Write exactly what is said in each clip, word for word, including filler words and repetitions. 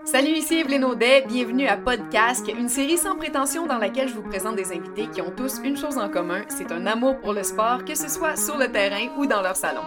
Salut, ici Evelyne Audet, bienvenue à Podcast, une série sans prétention dans laquelle je vous présente des invités qui ont tous une chose en commun, c'est un amour pour le sport, que ce soit sur le terrain ou dans leur salon.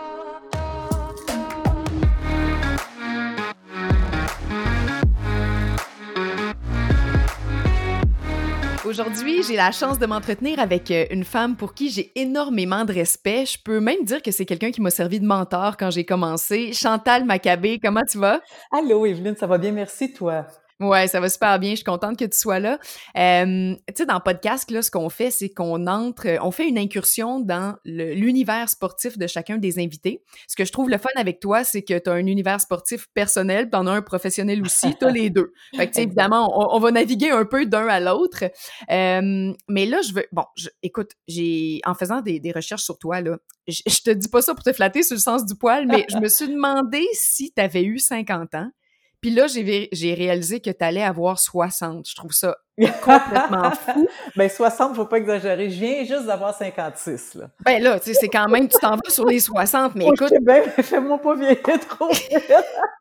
Aujourd'hui, j'ai la chance de m'entretenir avec une femme pour qui j'ai énormément de respect. Je peux même dire que c'est quelqu'un qui m'a servi de mentor quand j'ai commencé. Chantal Maccabé, comment tu vas? Allô, Evelyne, ça va bien, merci, toi? Ouais, ça va super bien. Je suis contente que tu sois là. Euh, tu sais, dans le podcast, là, ce qu'on fait, c'est qu'on entre, on fait une incursion dans le- l'univers sportif de chacun des invités. Ce que je trouve le fun avec toi, c'est que tu as un univers sportif personnel, tu en as un professionnel aussi, tu as les deux. Fait que, tu sais, Exact. évidemment, on, on va naviguer un peu d'un à l'autre. Euh, mais là, je veux... Bon, je- écoute, j'ai en faisant des, des recherches sur toi, là, je, je te dis pas ça pour te flatter sur le sens du poil, mais je me suis demandé si tu avais eu cinquante ans. Puis là, j'ai, vé- j'ai réalisé que tu allais avoir soixante. Je trouve ça complètement fou. Ben, soixante, faut pas exagérer. Je viens juste d'avoir cinquante-six, là. Ben là, tu sais, c'est quand même, tu t'en vas sur les soixante, mais Oh, je écoute, sais bien, mais fais-moi pas vieillir trop vite.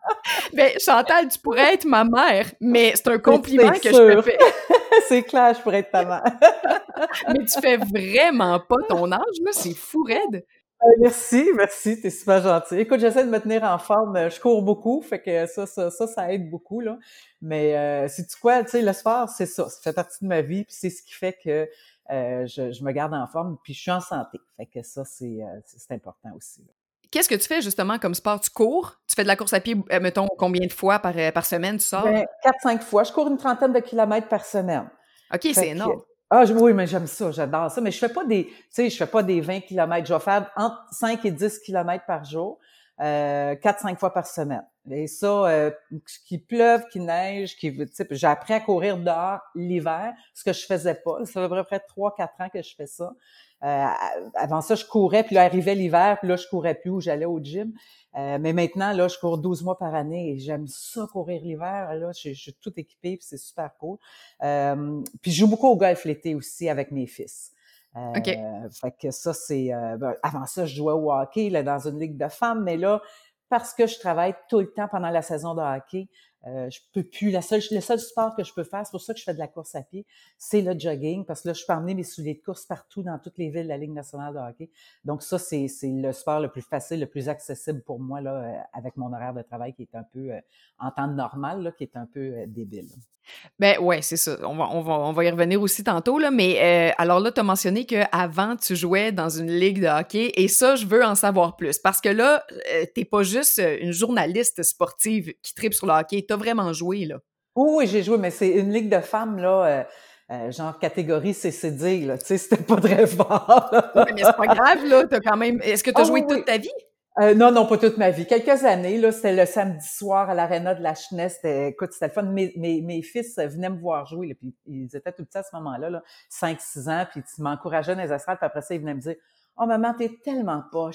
ben Chantal, tu pourrais être ma mère, mais c'est un C'est compliment c'est que je te sûr. fais. C'est clair, je pourrais être ta mère. Mais tu fais vraiment pas ton âge, là, c'est fou raide. Euh, Merci, merci, t'es super gentil. Écoute, j'essaie de me tenir en forme. Je cours beaucoup, fait que ça, ça, ça, ça aide beaucoup, là. Mais euh, sais-tu quoi, tu sais, le sport, c'est ça. Ça fait partie de ma vie, puis c'est ce qui fait que euh, je, je me garde en forme, puis je suis en santé. Fait que ça, c'est euh, c'est c'est important aussi, là. Qu'est-ce que tu fais justement comme sport? Tu cours? Tu fais de la course à pied, euh, mettons, combien de fois par, euh, par semaine tu sors? Ben, quatre, cinq fois. Je cours une trentaine de kilomètres par semaine. OK, c'est Fait que, énorme. ah, je- oui, mais j'aime ça, j'adore ça. Mais je fais pas des, tu sais, je fais pas des vingt kilomètres. Je vais faire entre cinq et dix kilomètres par jour, euh, quatre, cinq fois par semaine. Et ça, euh, qu'il pleuve, qu'il neige, qu'il, tu sais, j'ai appris à courir dehors l'hiver, ce que je faisais pas. Ça fait à peu près trois, quatre ans que je fais ça. Euh, avant ça, je courais, puis là, arrivait l'hiver, puis là, je courais plus ou j'allais au gym. Euh, mais maintenant, là, je cours douze mois par année et j'aime ça courir l'hiver. Là, je, je suis tout équipée, puis c'est super cool. Euh, puis je joue beaucoup au golf l'été aussi avec mes fils. Euh, OK. Fait que ça, c'est... Euh, ben, avant ça, je jouais au hockey là, dans une ligue de femmes, mais là, parce que je travaille tout le temps pendant la saison de hockey, euh, je peux plus. La seule, le seul sport que je peux faire, c'est pour ça que je fais de la course à pied, c'est le jogging, parce que là, je peux emmener mes souliers de course partout dans toutes les villes de la Ligue nationale de hockey. Donc ça, c'est, c'est le sport le plus facile, le plus accessible pour moi, là, euh, avec mon horaire de travail qui est un peu, euh, en temps normal, là, qui est un peu euh, débile. Ben ouais, c'est ça. On va, on va, on va y revenir aussi tantôt, là. Mais euh, alors là, tu as mentionné qu'avant, tu jouais dans une ligue de hockey. Et ça, je veux en savoir plus. Parce que là, euh, t'es pas juste une journaliste sportive qui tripe sur le hockey. T'as vraiment joué, là. Oui, oui, j'ai joué, mais c'est une ligue de femmes, là, euh, euh, genre catégorie C C D, là. Tu sais, c'était pas très fort, Ouais, mais c'est là. pas grave, là. T'as quand même... Est-ce que t'as Ah oui, joué toute oui. ta vie? Euh, non, non, pas toute ma vie. Quelques années, là, c'était le samedi soir à l'aréna de la Chenesse. C'était, écoute, c'était le fun. Mes, mes, mes fils venaient me voir jouer, là, puis ils étaient tout petits à ce moment-là, là, cinq, six ans, puis ils m'encourageaient dans les estrades, puis après ça, ils venaient me dire « Oh, maman, t'es tellement poche! »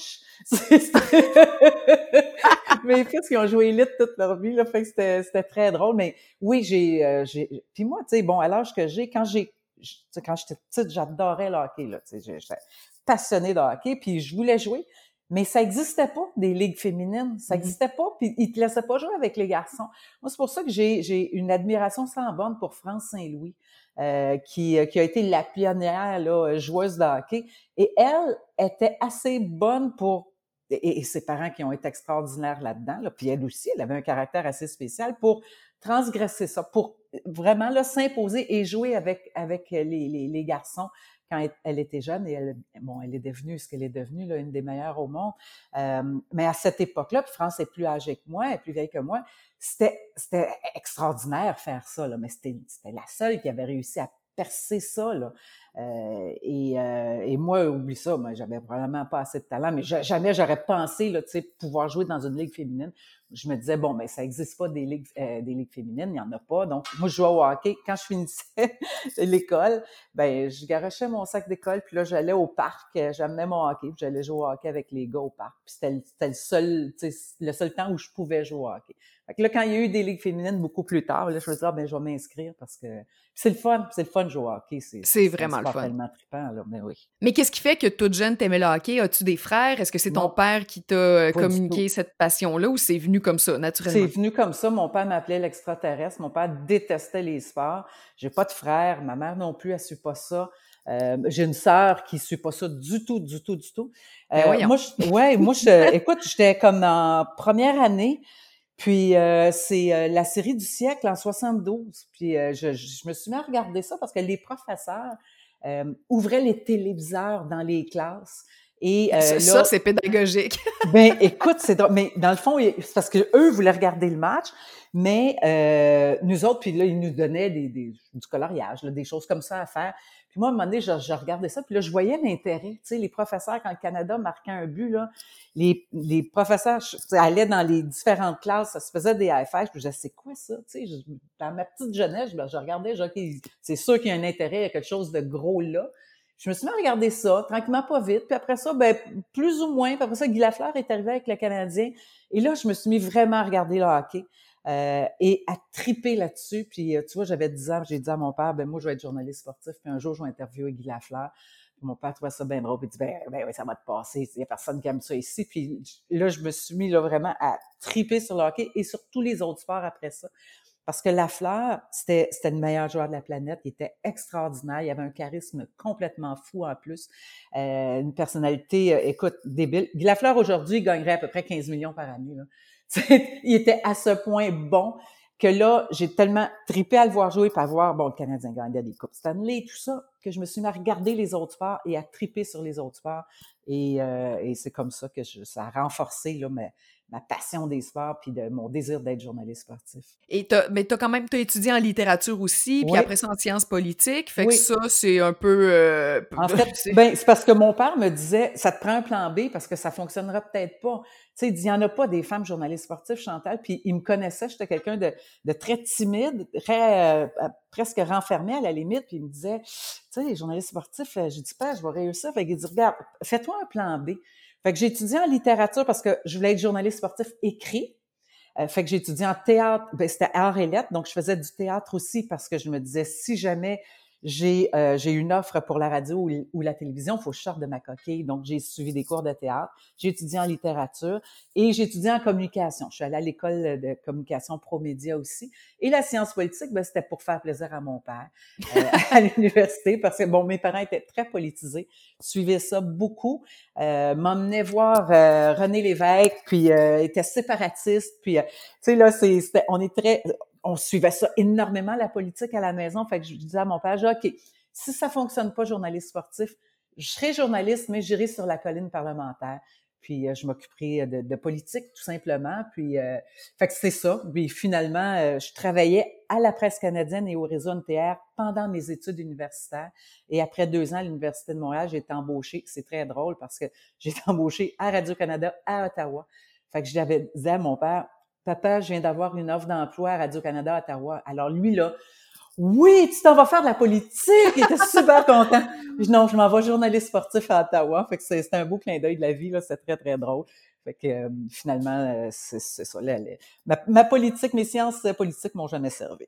Mes fils, ils ont joué élite toute leur vie, là, fait que c'était, c'était très drôle. Mais oui, j'ai... Euh, j'ai puis moi, tu sais, bon, à l'âge que j'ai, quand j'ai... Tu sais, quand j'étais petite, j'adorais le hockey, là, tu sais, j'étais passionnée de hockey, puis je voulais jouer. Mais ça existait pas, des ligues féminines. Ça Mhm. existait pas, puis ils te laissaient pas jouer avec les garçons. Moi, c'est pour ça que j'ai, j'ai une admiration sans borne pour France Saint-Louis, euh, qui, qui a été la pionnière, là, joueuse de hockey. Et elle était assez bonne pour... Et, et ses parents qui ont été extraordinaires là-dedans, là, puis elle aussi, elle avait un caractère assez spécial pour transgresser ça, pour vraiment là, s'imposer et jouer avec, avec les, les, les garçons quand elle était jeune, et elle, bon, elle est devenue ce qu'elle est devenue, là, une des meilleures au monde. Euh, mais à cette époque-là, puis France est plus âgée que moi, elle est plus vieille que moi, c'était, c'était extraordinaire faire ça, là, mais c'était, c'était la seule qui avait réussi à percer ça, là. Euh, et, euh, et moi, oublie ça, moi, j'avais vraiment pas assez de talent, mais jamais j'aurais pensé, là, tu sais, pouvoir jouer dans une ligue féminine. Je me disais, bon, ben, ça existe pas des ligues, euh, des ligues féminines, il y en a pas. Donc, moi, je jouais au hockey. Quand je finissais l'école, ben, je garochais mon sac d'école, puis là, j'allais au parc, j'amenais mon hockey, puis j'allais jouer au hockey avec les gars au parc. Puis c'était, c'était le seul, tu sais, le seul temps où je pouvais jouer au hockey. Fait que là, quand il y a eu des ligues féminines beaucoup plus tard, là, je me disais, ah, ben, je vais m'inscrire parce que c'est le fun, c'est le fun de jouer au hockey. C'est, C'est vraiment le le encore fun. tellement trippant, là, mais oui. Mais qu'est-ce qui fait que toute jeune, t'aimais le hockey? As-tu des frères? Est-ce que c'est ton Non, père qui t'a euh, pas du tout. communiqué cette passion-là ou c'est venu comme ça, C'est naturellement? venu comme ça. Mon père m'appelait l'extraterrestre. Mon père détestait les sports. J'ai pas de frère. Ma mère non plus, elle suit pas ça. Euh, j'ai une sœur qui suit pas ça du tout, du tout, du tout. Ben Euh, voyons. moi, je, ouais, moi, je, écoute, j'étais comme en première année. Puis euh, c'est euh, la série du siècle en soixante-douze. Puis euh, je, je me suis mis à regarder ça parce que les professeurs euh, ouvraient les téléviseurs dans les classes. Et euh, Ça, ça, là, c'est pédagogique. ben, écoute, c'est drôle. Mais dans le fond, c'est parce que eux voulaient regarder le match, mais euh, nous autres, puis là, ils nous donnaient des, des, du coloriage, là, des choses comme ça à faire. Puis moi, à un moment donné, je, je regardais ça, puis là, je voyais l'intérêt. Tu sais, les professeurs, quand le Canada marquait un but, là, les, les professeurs tu sais, allaient dans les différentes classes, ça se faisait des high fives, puis je disais, c'est quoi ça? Tu sais, je- dans ma petite jeunesse, je, je regardais, je disais, OK, c'est sûr qu'il y a un intérêt, il y a quelque chose de gros là. Je me suis mis à regarder ça, tranquillement, pas vite. Puis après ça, ben plus ou moins. Puis après ça, Guy Lafleur est arrivé avec le Canadien. Et là, je me suis mis vraiment à regarder le hockey euh, et à triper là-dessus. Puis euh, tu vois, j'avais dix ans, j'ai dit à mon père, ben moi, je vais être journaliste sportif. Puis un jour, je vais interviewer Guy Lafleur. Puis mon père trouvait ça bien drôle. Puis il dit, ben, ben oui, ça va te passer. Il n'y a personne qui aime ça ici. Puis là, je me suis mis là vraiment à triper sur le hockey et sur tous les autres sports après ça. Parce que Lafleur, c'était, c'était le meilleur joueur de la planète. Il était extraordinaire. Il avait un charisme complètement fou en plus. Euh, une personnalité, euh, écoute, débile. Guy Lafleur, aujourd'hui, il gagnerait à peu près quinze millions par année. Là. Il était à ce point bon que là, j'ai tellement trippé à le voir jouer et à voir, bon, le Canadien gagnait des Coupes Stanley, tout ça, que je me suis mis à regarder les autres sports et à tripper sur les autres sports. Et, euh, et c'est comme ça que je, ça a renforcé là, ma, ma passion des sports puis de mon désir d'être journaliste sportif. Et t'as, mais t'as quand même, t'as étudié en littérature aussi, puis Oui, après ça en sciences politiques. Fait que oui. ça, c'est un peu... euh, En fait, c'est- ben, c'est parce que mon père me disait, ça te prend un plan B parce que ça fonctionnera peut-être pas. Tu sais, il dit, il y en a pas des femmes journalistes sportives, Chantal, puis il me connaissait, j'étais quelqu'un de, de très timide, très, euh, presque renfermé à la limite, puis il me disait, tu sais, les journalistes sportifs, euh, j'ai dit, pas, je vais réussir. Fait qu'il dit, regarde, fais-toi un plan B. Fait que j'ai étudié en littérature parce que je voulais être journaliste sportif écrit. Euh, fait que j'ai étudié en théâtre, ben, c'était art et lettres, donc je faisais du théâtre aussi parce que je me disais, si jamais j'ai euh, j'ai une offre pour la radio ou, ou la télévision, il faut que je sorte de ma coquille. Donc, j'ai suivi des cours de théâtre, j'ai étudié en littérature et j'ai étudié en communication. Je suis allée à l'école de communication Promédia aussi. Et la science politique, ben, c'était pour faire plaisir à mon père euh, à l'université parce que, bon, mes parents étaient très politisés, suivaient ça beaucoup, euh, m'emmenaient voir euh, René Lévesque, puis euh, étaient séparatistes, puis, euh, tu sais, là, c'est, c'était, on est très... on suivait ça énormément, la politique à la maison. Fait que je disais à mon père, OK, si ça fonctionne pas, journaliste sportif, je serai journaliste, mais j'irai sur la colline parlementaire. Puis euh, je m'occuperai de, de politique, tout simplement. Puis, euh, fait que c'est ça. Puis finalement, euh, je travaillais à la Presse canadienne et au réseau N T R pendant mes études universitaires. Et après deux ans à l'Université de Montréal, j'ai été embauchée. C'est très drôle parce que j'ai été embauchée à Radio-Canada à Ottawa. Fait que j'avais dit à mon père, papa, je viens d'avoir une offre d'emploi à Radio-Canada à Ottawa. Alors lui, là, oui, tu t'en vas faire de la politique! Il était super content. Je, non, je m'en vais journaliste sportif à Ottawa. Fait que c'est, c'est un beau clin d'œil de la vie, là. C'est très, très drôle. Fait que euh, finalement, euh, c'est, c'est ça. Là, là, ma, ma politique, mes sciences politiques m'ont jamais servi.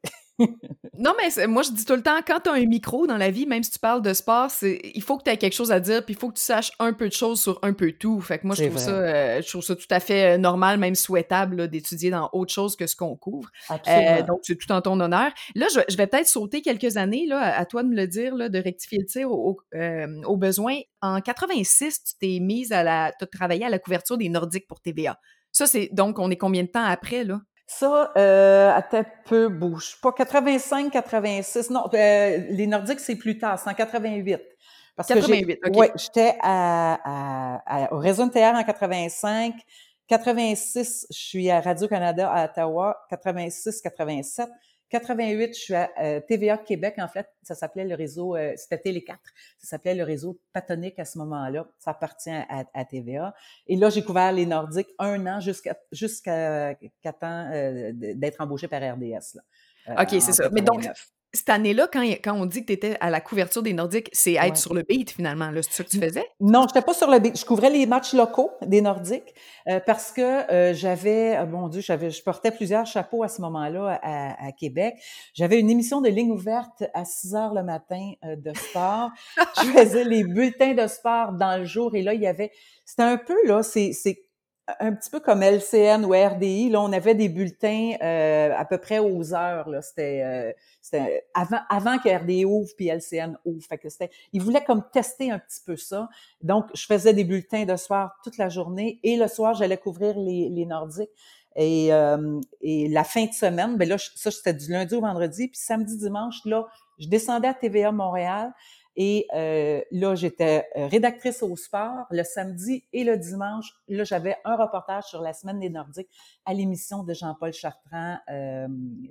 Non, mais c'est- moi, je dis tout le temps, quand tu as un micro dans la vie, même si tu parles de sport, c'est, il faut que tu aies quelque chose à dire, puis il faut que tu saches un peu de choses sur un peu tout. Fait que moi, je C'est trouve ça, vrai. euh, je trouve ça tout à fait euh, normal, même souhaitable, là, d'étudier dans autre chose que ce qu'on couvre. Euh, Absolument. donc, c'est tout en ton honneur. Là, je, je vais peut-être sauter quelques années, là, à, à toi de me le dire, là, de rectifier le tir au, au, euh, au besoin. En quatre-vingt-six, tu t'es mise à la, tu as travaillé à la couverture des Nordiques pour T V A. Ça, c'est, donc, on est combien de temps après, là? Ça, euh, attends un peu, bouge pas. quatre-vingt-cinq, quatre-vingt-six, non, euh, les Nordiques, c'est plus tard, c'est en quatre-vingt-huit. Parce que j'ai, quatre-vingt-huit, OK. ouais, j'étais à, à, à- au réseau N T R en quatre-vingt-cinq. quatre-vingt-six, je suis à Radio-Canada à Ottawa. quatre-vingt-six, quatre-vingt-sept. quatre-vingt-huit, je suis à euh, T V A Québec. En fait, ça s'appelait le réseau, euh, c'était Télé quatre. Ça s'appelait le réseau Patonique à ce moment-là. Ça appartient à, à T V A. Et là, j'ai couvert les Nordiques un an jusqu'à jusqu'à qu'à temps euh, d'être embauché par R D S là, OK, euh, c'est en ça. Mais donc, quatre-vingt-neuf. cette année-là, quand, quand on dit que tu étais à la couverture des Nordiques, c'est être Ouais. sur le beat, finalement, là. C'est ça que tu faisais? Non, j'étais pas sur le beat. Je couvrais les matchs locaux des Nordiques euh, parce que euh, j'avais, oh mon Dieu, j'avais, je portais plusieurs chapeaux à ce moment-là à, à Québec. J'avais une émission de ligne ouverte à six heures le matin euh, de sport. Je faisais les bulletins de sport dans le jour et là, il y avait, c'était un peu, là, c'est, c'est un petit peu comme L C N ou R D I. Là, on avait des bulletins euh, à peu près aux heures. Là, c'était, euh, c'était avant, avant que R D I ouvre puis L C N ouvre. Fait que c'était, ils voulaient comme tester un petit peu ça. Donc, je faisais des bulletins de soir toute la journée et le soir, j'allais couvrir les, les Nordiques. Et, euh, et la fin de semaine, ben là, ça, c'était du lundi au vendredi. Puis samedi, dimanche, là, je descendais à T V A Montréal. Et euh, là, j'étais rédactrice au sport le samedi et le dimanche. Là, j'avais un reportage sur la semaine des Nordiques à l'émission de Jean-Paul Chartrand. Euh,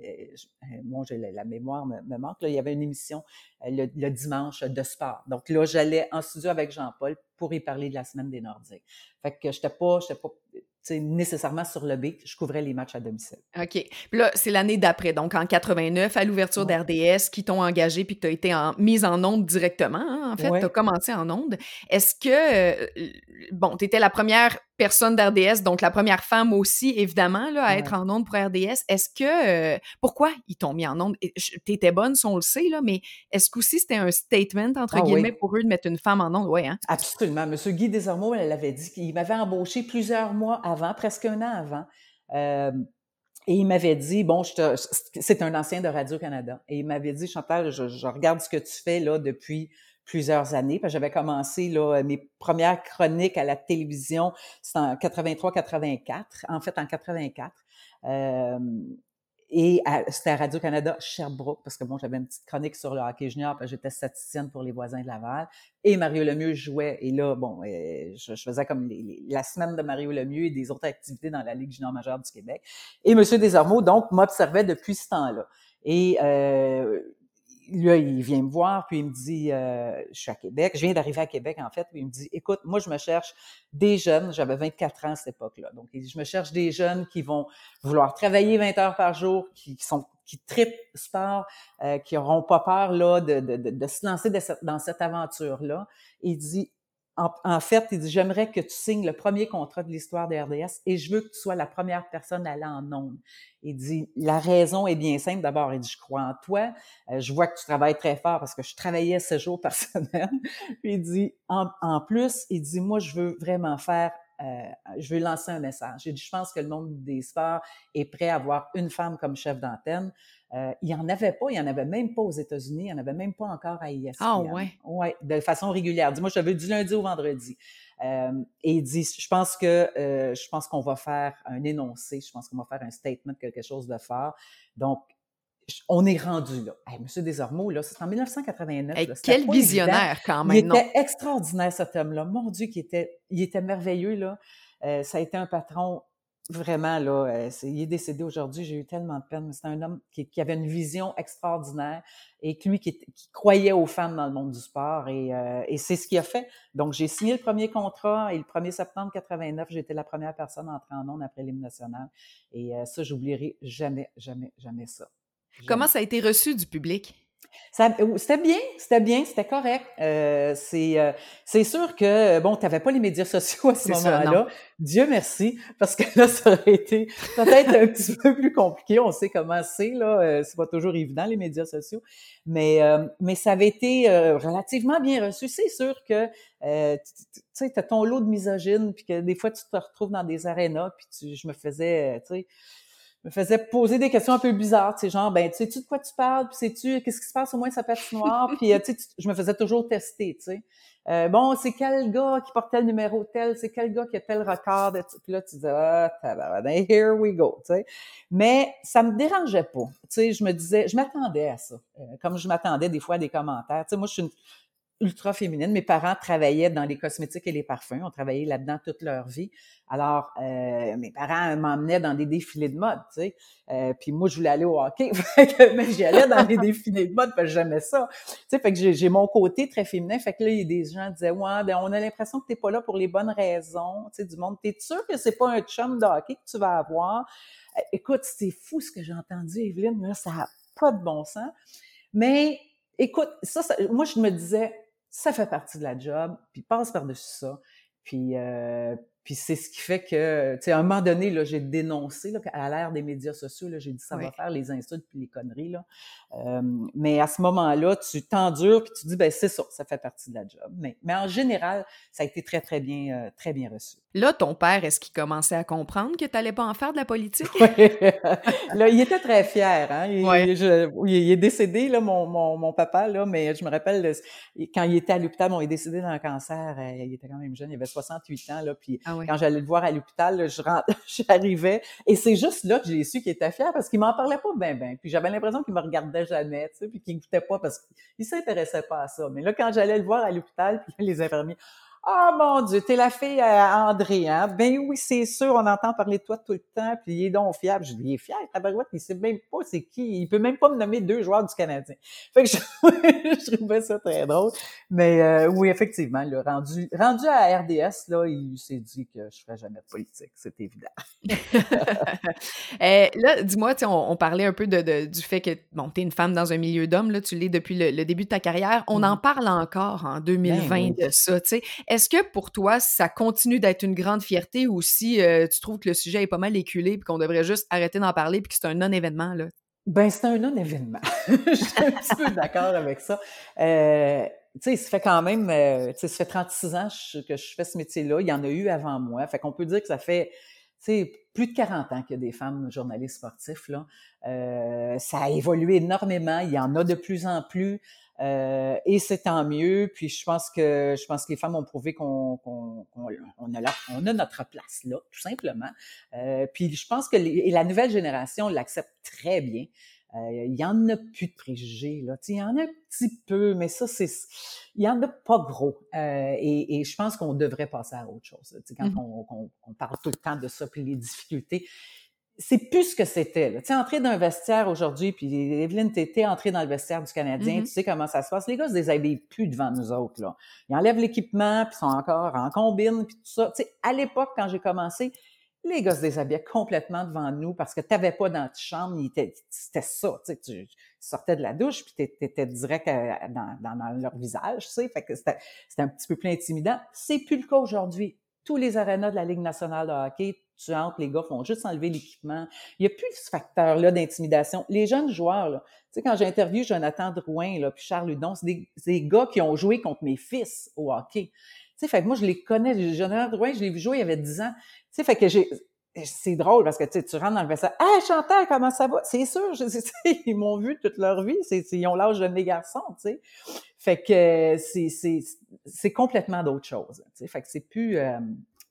bon, j'ai la, la mémoire me, me manque. Là, il y avait une émission le, le dimanche de sport. Donc là, j'allais en studio avec Jean-Paul pour y parler de la semaine des Nordiques. Fait que j'étais pas, j'étais pas nécessairement sur le beat. Je couvrais les matchs à domicile. OK. Puis là, c'est l'année d'après, donc en quatre-vingt-neuf, à l'ouverture Ouais. d'R D S, qui t'ont engagé puis que tu as été en, mise en onde directement, hein, en fait. Ouais. Tu as commencé en onde. Est-ce que, euh, bon, tu étais la première personne d'R D S, donc la première femme aussi, évidemment, là, à Ouais. être en onde pour R D S. Est-ce que, euh, pourquoi ils t'ont mis en onde? Tu étais bonne, si on le sait, là, mais est-ce qu'aussi c'était un statement, entre Ah guillemets, oui. pour eux de mettre une femme en onde? Oui, hein? Absolument. Monsieur Guy Desormeaux, elle l'avait dit qu'il m'avait embauché plusieurs mois avant, presque un an avant. Euh, et il m'avait dit, bon, je te, c'est un ancien de Radio-Canada, et il m'avait dit, Chantal, je, je regarde ce que tu fais là depuis plusieurs années, parce que j'avais commencé là mes premières chroniques à la télévision, c'était en quatre-vingt-trois quatre-vingt-quatre, en fait en quatre-vingt-quatre. Euh, Et à, c'était à Radio-Canada Sherbrooke, parce que bon, j'avais une petite chronique sur le hockey junior, parce que j'étais statisticienne pour les voisins de Laval. Et Mario Lemieux jouait. Et là, bon, euh, je, je faisais comme les, les, la semaine de Mario Lemieux et des autres activités dans la Ligue junior majeure du Québec. Et M. Desormeaux, donc, m'observait depuis ce temps-là. Et euh, là, il vient me voir, puis il me dit, euh, je suis à Québec, je viens d'arriver à Québec, en fait, puis il me dit, écoute, moi, je me cherche des jeunes, j'avais vingt-quatre ans à cette époque-là, donc il dit, je me cherche des jeunes qui vont vouloir travailler vingt heures par jour, qui, qui sont qui trippent sport, euh, qui n'auront pas peur là de, de, de, de se lancer de cette, dans cette aventure-là. Il dit, en, en fait, il dit, j'aimerais que tu signes le premier contrat de l'histoire de R D S et je veux que tu sois la première personne à aller en ondes. Il dit, la raison est bien simple. D'abord, il dit, je crois en toi. Euh, je vois que tu travailles très fort parce que je travaillais sept jours par semaine. Puis il dit, en, en plus, il dit, moi, je veux vraiment faire, euh, je veux lancer un message. Il dit, je pense que le monde des sports est prêt à avoir une femme comme chef d'antenne. Euh, il n'y en avait pas, il n'y en avait même pas aux États-Unis, il n'y en avait même pas encore à E S P N. Ah ouais? Ouais, de façon régulière. Il dit, moi, je veux du lundi au vendredi. Euh, et il dit, je pense que euh, je pense qu'on va faire un énoncé, je pense qu'on va faire un statement, quelque chose de fort. Donc, on est rendu là. Hey, Monsieur Desormeaux, là, c'est en dix-neuf cent quatre-vingt-neuf. Hey, là, quel pas visionnaire, évident. quand Il même, non? était extraordinaire, cet homme-là. Mon Dieu, qu'il était, il était merveilleux, là. Euh, ça a été un patron vraiment, là. Euh, c'est, il est décédé aujourd'hui, j'ai eu tellement de peine, mais c'est un homme qui, qui avait une vision extraordinaire et que lui qui, qui croyait aux femmes dans le monde du sport et, euh, et c'est ce qu'il a fait. Donc, j'ai signé le premier contrat et le premier septembre quatre-vingt-neuf, j'ai été la première personne à entrer en ondes après l'hymne national. Et euh, ça, j'oublierai jamais, jamais, jamais ça. Jamais. Comment ça a été reçu du public? Ça, c'était bien, c'était bien, c'était correct. Euh, c'est, euh, c'est sûr que, bon, tu n'avais pas les médias sociaux à ce c'est moment-là. Ça, Dieu merci, parce que là, ça aurait été peut-être un petit peu plus compliqué. On sait comment c'est, là. Euh, c'est pas toujours évident, les médias sociaux. Mais, euh, mais ça avait été euh, relativement bien reçu. C'est sûr que, euh, tu sais, tu as ton lot de misogynes, puis que des fois, tu te retrouves dans des arénas, puis tu, je me faisais, tu sais, me faisait poser des questions un peu bizarres, tu sais, genre, ben, tu sais-tu de quoi tu parles, puis sais-tu, qu'est-ce qui se passe au moins sa patinoire, puis, tu sais, je me faisais toujours tester, tu sais. Euh, bon, c'est quel gars qui portait le numéro tel, c'est quel gars qui a tel record, de, puis là, tu disais, ah, tabarnak, here we go, tu sais. Mais ça me dérangeait pas, tu sais, je me disais, je m'attendais à ça, euh, comme je m'attendais des fois à des commentaires, tu sais, moi, je suis une ultra féminine. Mes parents travaillaient dans les cosmétiques et les parfums. On travaillait là-dedans toute leur vie. Alors, euh, mes parents m'emmenaient dans des défilés de mode, tu sais. Euh, puis moi, je voulais aller au hockey. Mais j'y allais dans les défilés de mode parce que j'aimais ça. Tu sais, fait que j'ai, j'ai mon côté très féminin. Fait que là, il y a des gens qui disaient, ouais, ben, on a l'impression que t'es pas là pour les bonnes raisons, tu sais, du monde. T'es sûr que c'est pas un chum de hockey que tu vas avoir? Euh, écoute, c'est fou ce que j'ai entendu, Evelyne. Là, ça n'a pas de bon sens. Mais écoute, ça, ça moi, je me disais, ça fait partie de la job, puis passe par-dessus ça. Puis, euh, puis c'est ce qui fait que, tu sais, à un moment donné, là, j'ai dénoncé, là, à l'ère des médias sociaux, là, j'ai dit, ça Oui. va faire les insultes puis les conneries, là. Euh, mais à ce moment-là, tu t'endures puis tu dis, ben c'est ça, ça fait partie de la job. Mais, mais en général, ça a été très, très bien, euh, très bien reçu. Là, ton père, est-ce qu'il commençait à comprendre que tu n'allais pas en faire de la politique? Oui. Là, il était très fier, hein. Il, Ouais. je, il est décédé, là, mon, mon, mon papa, là, mais je me rappelle, de, quand il était à l'hôpital, bon, il est décédé d'un cancer, euh, il était quand même jeune, il avait soixante-huit ans, là, puis Ah ouais. quand j'allais le voir à l'hôpital, là, je rentre, j'arrivais, et c'est juste là que j'ai su qu'il était fier, parce qu'il m'en parlait pas ben ben, puis j'avais l'impression qu'il me regardait jamais, tu sais, puis qu'il goûtait pas, parce qu'il s'intéressait pas à ça. Mais là, quand j'allais le voir à l'hôpital, puis les infirmiers, ah, mon Dieu, t'es la fille à André, hein? Ben oui, c'est sûr, on entend parler de toi tout le temps, puis il est donc fiable. Je dis, il est fier, tabarouette, il sait même pas c'est qui. Il peut même pas me nommer deux joueurs du Canadien. Fait que je, je trouvais ça très drôle. Mais euh, oui, effectivement, le rendu, rendu à R D S, là, il s'est dit que je ferais jamais de politique, c'est évident. euh, là, dis-moi, on, on parlait un peu de, de, du fait que, bon, t'es une femme dans un milieu d'hommes, là, tu l'es depuis le, le début de ta carrière. On mmh. en parle encore en deux mille vingt ben oui. de ça, tu sais. Est-ce que pour toi, ça continue d'être une grande fierté ou si euh, tu trouves que le sujet est pas mal éculé et qu'on devrait juste arrêter d'en parler puis que c'est un non-événement, là? Ben, c'est un non-événement. Je suis un petit peu d'accord avec ça. Euh, tu sais, ça fait quand même, euh, tu sais, ça fait trente-six ans que je fais ce métier-là. Il y en a eu avant moi. Fait qu'on peut dire que ça fait, tu sais, plus de quarante ans qu'il y a des femmes journalistes sportifs, là. Euh, ça a évolué énormément. Il y en a de plus en plus. Euh, et c'est tant mieux. Puis je pense que je pense que les femmes ont prouvé qu'on, qu'on, qu'on on a, la, on a notre place là, tout simplement. Euh, puis je pense que les, et la nouvelle génération l'accepte très bien. Euh, il y en a plus de préjugés là. Il y en a un petit peu, mais ça c'est, il y en a pas gros. Euh, et, et je pense qu'on devrait passer à autre chose. Là, quand mm-hmm. on, on, on parle tout le temps de ça puis les difficultés. C'est plus ce que c'était. Tu sais, entrer dans un vestiaire aujourd'hui, puis Evelyne, t'étais entrée dans le vestiaire du Canadien, mm-hmm. tu sais comment ça se passe. Les gars se déshabillent plus devant nous autres, là. Ils enlèvent l'équipement, puis sont encore en combine, puis tout ça. Tu sais, à l'époque, quand j'ai commencé, les gars se déshabillaient complètement devant nous parce que t'avais pas d'antichambre, c'était ça. Tu sais, tu sortais de la douche, puis t'étais direct à, dans, dans, dans leur visage, tu sais. Fait que c'était, c'était un petit peu plus intimidant. C'est plus le cas aujourd'hui. Tous les arénas de la Ligue nationale de hockey, tu entres, les gars font juste enlever l'équipement. Il n'y a plus ce facteur-là d'intimidation. Les jeunes joueurs, là, tu sais, quand j'ai interviewé Jonathan Drouin, là, puis Charles Hudon, c'est des, c'est des gars qui ont joué contre mes fils au hockey. Tu sais, fait que moi, je les connais. Jonathan Drouin, je l'ai vu jouer, il y avait dix ans. Tu sais, fait que j'ai... C'est drôle parce que tu sais, tu rentres dans le vestiaire. « Hey, Chantal, comment ça va? » C'est sûr, je, ils m'ont vu toute leur vie. C'est, ils ont l'âge de mes garçons, tu sais. Fait que c'est, c'est, c'est complètement d'autre chose. Tu sais, fait que c'est plus... Euh,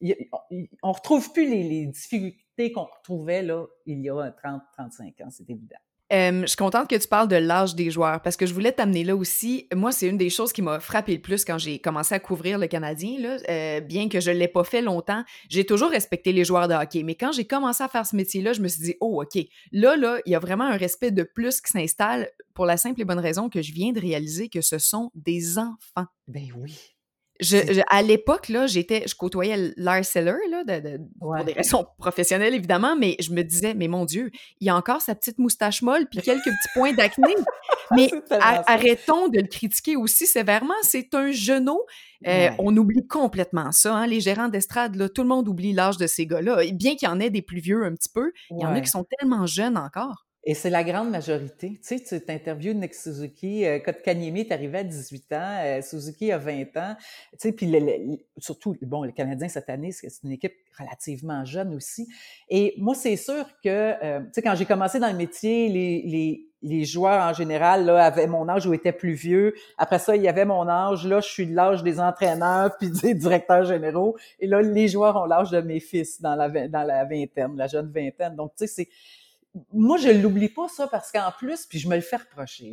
on retrouve plus les, les difficultés qu'on retrouvait là, il y a trente à trente-cinq ans, c'est évident. Euh, je suis contente que tu parles de l'âge des joueurs parce que je voulais t'amener là aussi. Moi, c'est une des choses qui m'a frappé le plus quand j'ai commencé à couvrir le Canadien. Là. Euh, bien que je ne l'ai pas fait longtemps, j'ai toujours respecté les joueurs de hockey. Mais quand j'ai commencé à faire ce métier-là, je me suis dit, oh, OK, là, là, il y a vraiment un respect de plus qui s'installe pour la simple et bonne raison que je viens de réaliser que ce sont des enfants. Ben oui. Je, je, à l'époque, là, j'étais, je côtoyais Lars Eller, là, de, de, ouais. pour des raisons professionnelles, évidemment, mais je me disais, mais mon Dieu, il a encore sa petite moustache molle puis quelques petits points d'acné. Mais a, arrêtons de le critiquer aussi sévèrement. C'est un genou. Euh, ouais. On oublie complètement ça. Hein, les gérants d'estrade, là, tout le monde oublie l'âge de ces gars-là. Bien qu'il y en ait des plus vieux un petit peu, il ouais. y en a qui sont tellement jeunes encore. Et c'est la grande majorité. Tu sais, tu t'interviews Nick Suzuki, euh, Kotkaniemi est arrivé à dix-huit ans, euh, Suzuki a vingt ans. Tu sais, puis le, le, surtout, bon, le Canadien cette année, c'est une équipe relativement jeune aussi. Et moi, c'est sûr que, euh, tu sais, quand j'ai commencé dans le métier, les, les, les joueurs en général, là, avaient mon âge ou étaient plus vieux. Après ça, il y avait mon âge. Là, je suis de l'âge des entraîneurs puis des directeurs généraux. Et là, les joueurs ont l'âge de mes fils dans la, dans la vingtaine, la jeune vingtaine. Donc, tu sais, c'est... Moi, je l'oublie pas, ça, parce qu'en plus, puis je me le fais reprocher,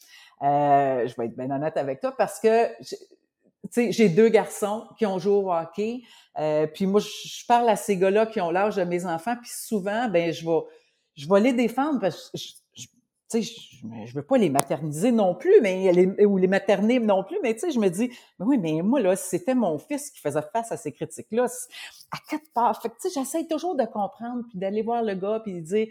euh, je vais être bien honnête avec toi, parce que, tu sais, j'ai deux garçons qui ont joué au hockey, euh, puis moi, je parle à ces gars-là qui ont l'âge de mes enfants, puis souvent, ben je vais, je vais les défendre, parce que, je, je, tu sais, je, je veux pas les materniser non plus, mais les, ou les materner non plus, mais tu sais, je me dis, mais oui, mais moi, là, si c'était mon fils qui faisait face à ces critiques-là, à quatre parts, fait que, tu sais, j'essaie toujours de comprendre, puis d'aller voir le gars, puis de dire,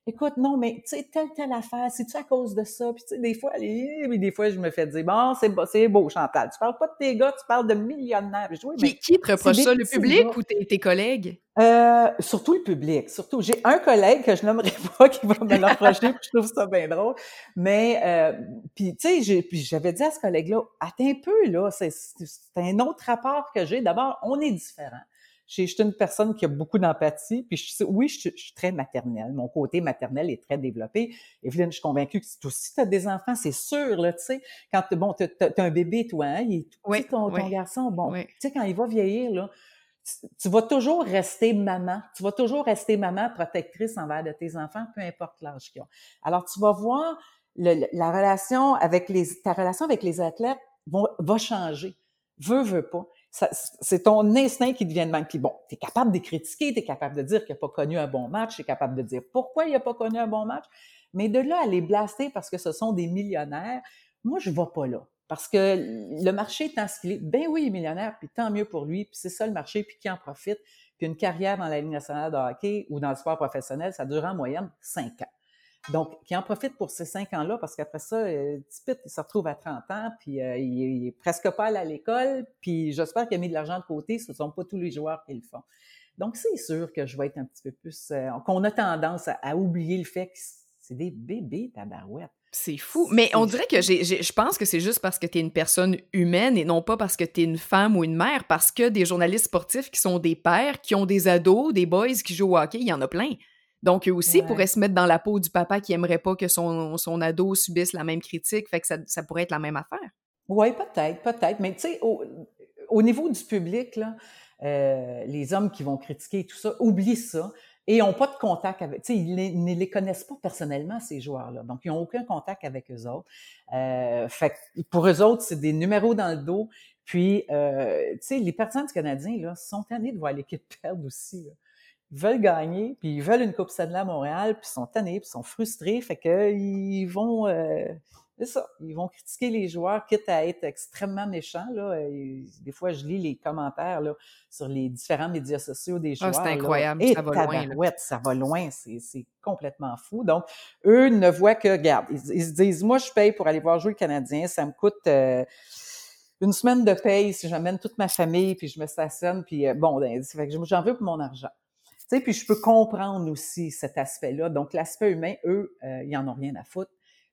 écoute, non, mais tu sais, telle, telle affaire, c'est-tu à cause de ça? Puis tu sais, des fois, les- mais des fois, je me fais dire, bon, c'est beau, c'est beau, Chantal, tu parles pas de tes gars, tu parles de millionnaires. Puis je dis, oui, mais Qui qui te c'est reproche des ça, le petits public gars. ou tes tes collègues? Euh, surtout le public, surtout. J'ai un collègue que je nommerai pas qui va me le reprocher, puis je trouve ça bien drôle. Mais euh, puis tu sais, j'ai puis j'avais dit à ce collègue-là, attends un peu là, c'est c'est c'est un autre rapport que j'ai. D'abord, on est différents. Je suis une personne qui a beaucoup d'empathie, puis je, oui, je, je suis très maternelle. Mon côté maternel est très développé. Evelyne, je suis convaincue que toi aussi, tu as des enfants, c'est sûr, là, tu sais. Quand, bon, tu as un bébé, toi, hein, il est tout Oui, petit, ton, oui, ton garçon. Bon, oui. tu sais, quand il va vieillir, là, tu, tu vas toujours rester maman. Tu vas toujours rester maman protectrice envers de tes enfants, peu importe l'âge qu'ils ont. Alors, tu vas voir le, la relation avec les, ta relation avec les athlètes va, va changer. Veux, veux pas. Ça, c'est ton instinct qui devient de même. Puis bon, tu es capable de critiquer, tu es capable de dire qu'il n'a pas connu un bon match, tu es capable de dire pourquoi il n'a pas connu un bon match. Mais de là à les blaster parce que ce sont des millionnaires, moi, je ne vais pas là. Parce que le marché étant ce qu'il est, ben oui, il est millionnaire, puis tant mieux pour lui, puis c'est ça le marché, puis qui en profite. Puis une carrière dans la Ligue nationale de hockey ou dans le sport professionnel, ça dure en moyenne cinq ans. Donc, qui en profite pour ces cinq ans-là, parce qu'après ça, euh, Tipit, il se retrouve à trente ans, puis euh, il, est, il est presque pas allé à l'école, puis j'espère qu'il a mis de l'argent de côté, ce ne sont pas tous les joueurs qui le font. Donc, c'est sûr que je vais être un petit peu plus... Euh, qu'on a tendance à, à oublier le fait que c'est des bébés, tabarouettes. C'est fou. Mais on dirait que j'ai, j'ai, je pense que c'est juste parce que tu es une personne humaine et non pas parce que tu es une femme ou une mère, parce que des journalistes sportifs qui sont des pères, qui ont des ados, des boys qui jouent au hockey, il y en a plein. Donc, eux aussi Ouais. pourraient se mettre dans la peau du papa qui aimerait pas que son, son ado subisse la même critique. Fait que ça, ça pourrait être la même affaire. Oui, peut-être, peut-être. Mais tu sais, au, au niveau du public, là, euh, les hommes qui vont critiquer tout ça, oublient ça et n'ont pas de contact avec... Tu sais, ils les- ne les connaissent pas personnellement, ces joueurs-là. Donc, ils n'ont aucun contact avec eux autres. Euh, fait que pour eux autres, c'est des numéros dans le dos. Puis, euh, tu sais, les partisans du Canadien, là, sont tannés de voir l'équipe perdre aussi, là. Ils veulent gagner, puis ils veulent une Coupe Stanley à Montréal, puis ils sont tannés, puis ils sont frustrés, fait que ils vont, euh, c'est ça, ils vont critiquer les joueurs, quitte à être extrêmement méchants, là. Et des fois, je lis les commentaires, là, sur les différents médias sociaux des Ah, c'est joueurs, là. incroyable. Et Ça va loin, là. tabarouette, ça va loin, c'est, c'est complètement fou. Donc, eux ne voient que, regarde, ils, ils se disent, moi, je paye pour aller voir jouer le Canadien, ça me coûte... Euh, une semaine de paye si j'amène toute ma famille, puis je me stationne, puis euh, bon, ben, fait que j'en veux pour mon argent. Tu sais, puis je peux comprendre aussi cet aspect-là. Donc, l'aspect humain, eux, euh, ils en ont rien à foutre.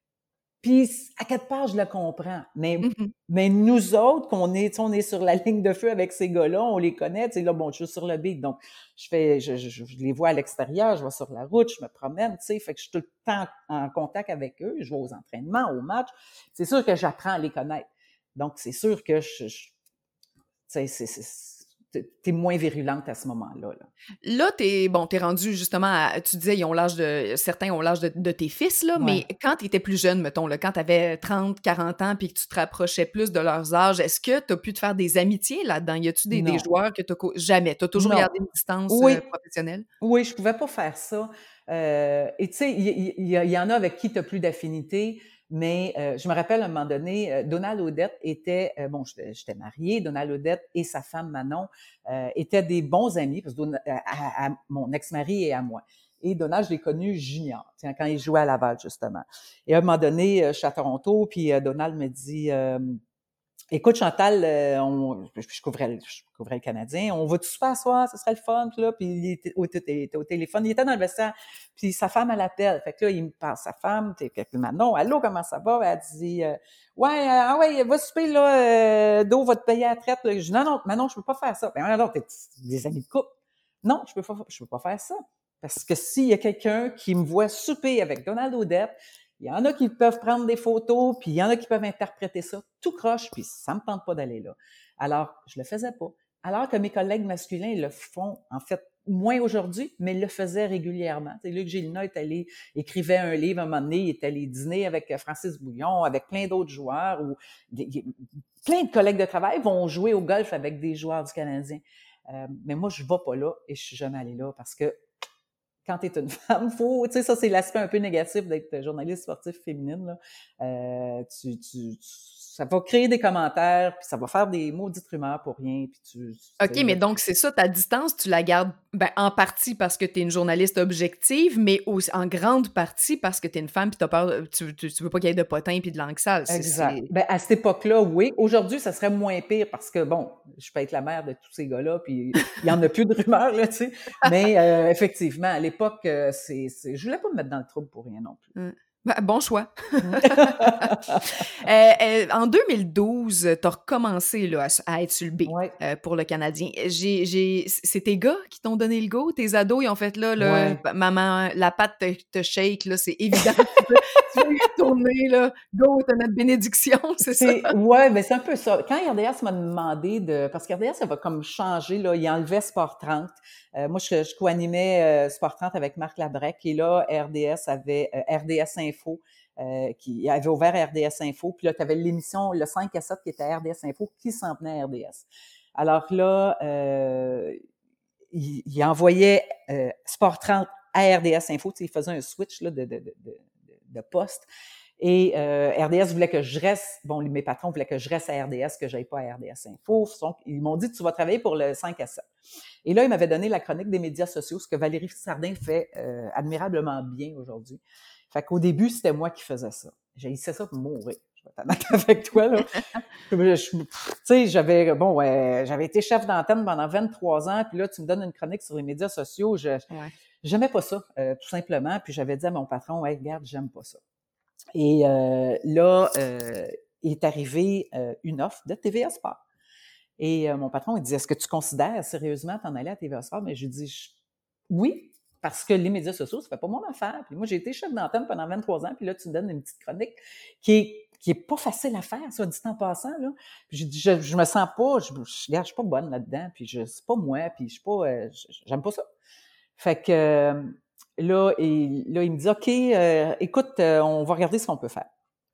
Puis, à quelque part, je le comprends. Mais, Mm-hmm. mais nous autres, qu'on est, on est sur la ligne de feu avec ces gars-là, on les connaît. Tu sais, là, bon, je suis sur le beat, donc je fais, je, je, je les vois à l'extérieur, je vais sur la route, je me promène, tu sais, fait que je suis tout le temps en contact avec eux, je vais aux entraînements, aux matchs. C'est sûr que j'apprends à les connaître. Donc, c'est sûr que je, je tu sais, c'est, c'est, t'es moins virulente à ce moment-là. Là, Là, t'es bon, t'es rendu justement à, tu disais, ils ont l'âge de, certains ont l'âge de, de tes fils, là, ouais. mais quand t'étais plus jeune, mettons, là, quand t'avais trente, quarante ans puis que tu te rapprochais plus de leurs âges, est-ce que t'as pu te faire des amitiés là-dedans? Y a-tu des, des Non. joueurs que t'as... co- Jamais. T'as toujours Non. gardé une distance Oui. euh, professionnelle? Oui, je pouvais pas faire ça. Euh, et tu sais, il y, y, y, en a avec qui tu as plus d'affinité, mais euh, je me rappelle à un moment donné, euh, Donald Odette était, euh, bon, j'étais mariée, Donald Odette et sa femme Manon euh, étaient des bons amis, parce que Donald, à, à, à mon ex-mari et à moi. Et Donald, je l'ai connu junior, quand il jouait à Laval, justement. Et à un moment donné, je suis à Toronto, puis Donald me dit... Euh, écoute, Chantal, euh, on, je, je, couvrais, je couvrais le Canadien. On va-tu souper à soir? Ce serait le fun. Puis là, puis il était au, il était au téléphone. Il était dans le vestiaire. Puis sa femme, elle l'appelle. Fait que là, il me parle. Sa femme, puis Manon, allô, comment ça va? Elle dit, euh, ouais, euh, ah ouais, va souper, là, euh, d'eau va te payer à la traite. Là. Je dis, non, non, Manon, je peux pas faire ça. Ben, alors, t'es des amis de couple. Non, je peux pas, je peux pas faire ça. Parce que s'il y a quelqu'un qui me voit souper avec Donald Odette, il y en a qui peuvent prendre des photos, puis il y en a qui peuvent interpréter ça tout croche, puis ça me tente pas d'aller là. Alors, je le faisais pas. Alors que mes collègues masculins le font, en fait, moins aujourd'hui, mais le faisaient régulièrement. C'est Luc Gélina est allé, écrivait un livre à un moment donné, il est allé dîner avec Francis Bouillon, avec plein d'autres joueurs, ou des, plein de collègues de travail vont jouer au golf avec des joueurs du Canadien. Euh, mais moi, je ne vais pas là et je suis jamais allée là parce que quand tu es une femme, faut, tu sais, ça, c'est l'aspect un peu négatif d'être journaliste sportif féminine, là. Euh, tu, tu, tu, ça va créer des commentaires, puis ça va faire des maudites rumeurs pour rien, puis tu, tu OK, mais donc c'est ça, ta distance, tu la gardes ben, en partie parce que tu es une journaliste objective, mais aussi en grande partie parce que tu es une femme puis tu as peur, tu, tu, tu veux pas qu'il y ait de potins puis de langue sale. C'est, exact. c'est... Ben, à cette époque-là, oui. Aujourd'hui, ça serait moins pire parce que, bon, je peux être la mère de tous ces gars-là, puis il y en a plus de rumeurs, là, tu sais. Mais euh, effectivement, à l'époque, euh, c'est, c'est... je voulais pas me mettre dans le trouble pour rien non plus. Hum. Ben, bon choix. euh, euh, en deux mille douze, tu as recommencé là, à, à être sur le beat Ouais. euh, pour le Canadien. J'ai, j'ai... C'est tes gars qui t'ont donné le go? Tes ados, ils ont fait là, là Ouais. maman, la patte te, te shake, là, c'est évident. Tu veux y retourner, là. Go, t'as notre bénédiction, c'est, c'est ça? Ouais, ben c'est un peu ça. Quand R D S m'a demandé de... Parce que R D S, ça va comme changer, là. Il enlevait Sport trente. Euh, moi, je, je co-animais euh, Sport trente avec Marc Labrec. Et là, R D S avait euh, R D S Info, euh, qui avait ouvert R D S Info. Puis là, tu avais l'émission, le cinq à sept qui était à R D S Info, qui s'en venait à R D S. Alors là, euh, il, il envoyait euh, Sport trente à R D S Info. Tu sais, il faisait un switch là, de, de, de, de, de poste. Et euh, R D S voulait que je reste, bon, mes patrons voulaient que je reste à R D S, que j'aille pas à R D S Info. Donc, ils m'ont dit, tu vas travailler pour le cinq à sept. Et là, ils m'avaient donné la chronique des médias sociaux, ce que Valérie Sardin fait euh, admirablement bien aujourd'hui. Fait qu'au début, c'était moi qui faisais ça. J'haïssais ça pour mourir. Je vais t'en être avec toi, là. Tu sais, j'avais, bon, ouais, j'avais été chef d'antenne pendant vingt-trois ans, puis là, tu me donnes une chronique sur les médias sociaux. Je, Ouais. J'aimais pas ça, euh, tout simplement. Puis j'avais dit à mon patron, hey, regarde, j'aime pas ça. Et euh, là, euh, est arrivée euh, une offre de T V A Sport. Et euh, mon patron, il dit, est-ce que tu considères sérieusement t'en aller à T V A Sport? Mais je lui dis, je... oui, parce que les médias sociaux, ça fait pas mon affaire. Puis moi, j'ai été chef d'antenne pendant vingt-trois ans, puis là, tu me donnes une petite chronique qui est, qui est pas facile à faire, soit dit en passant, là. Puis je dis, je, je me sens pas, je, je, je, je suis pas bonne là-dedans, puis je, c'est pas moi, puis je suis pas, euh, j'aime pas ça. Fait que... Euh, Là, et, là, il me dit, OK, euh, écoute, euh, on va regarder ce qu'on peut faire.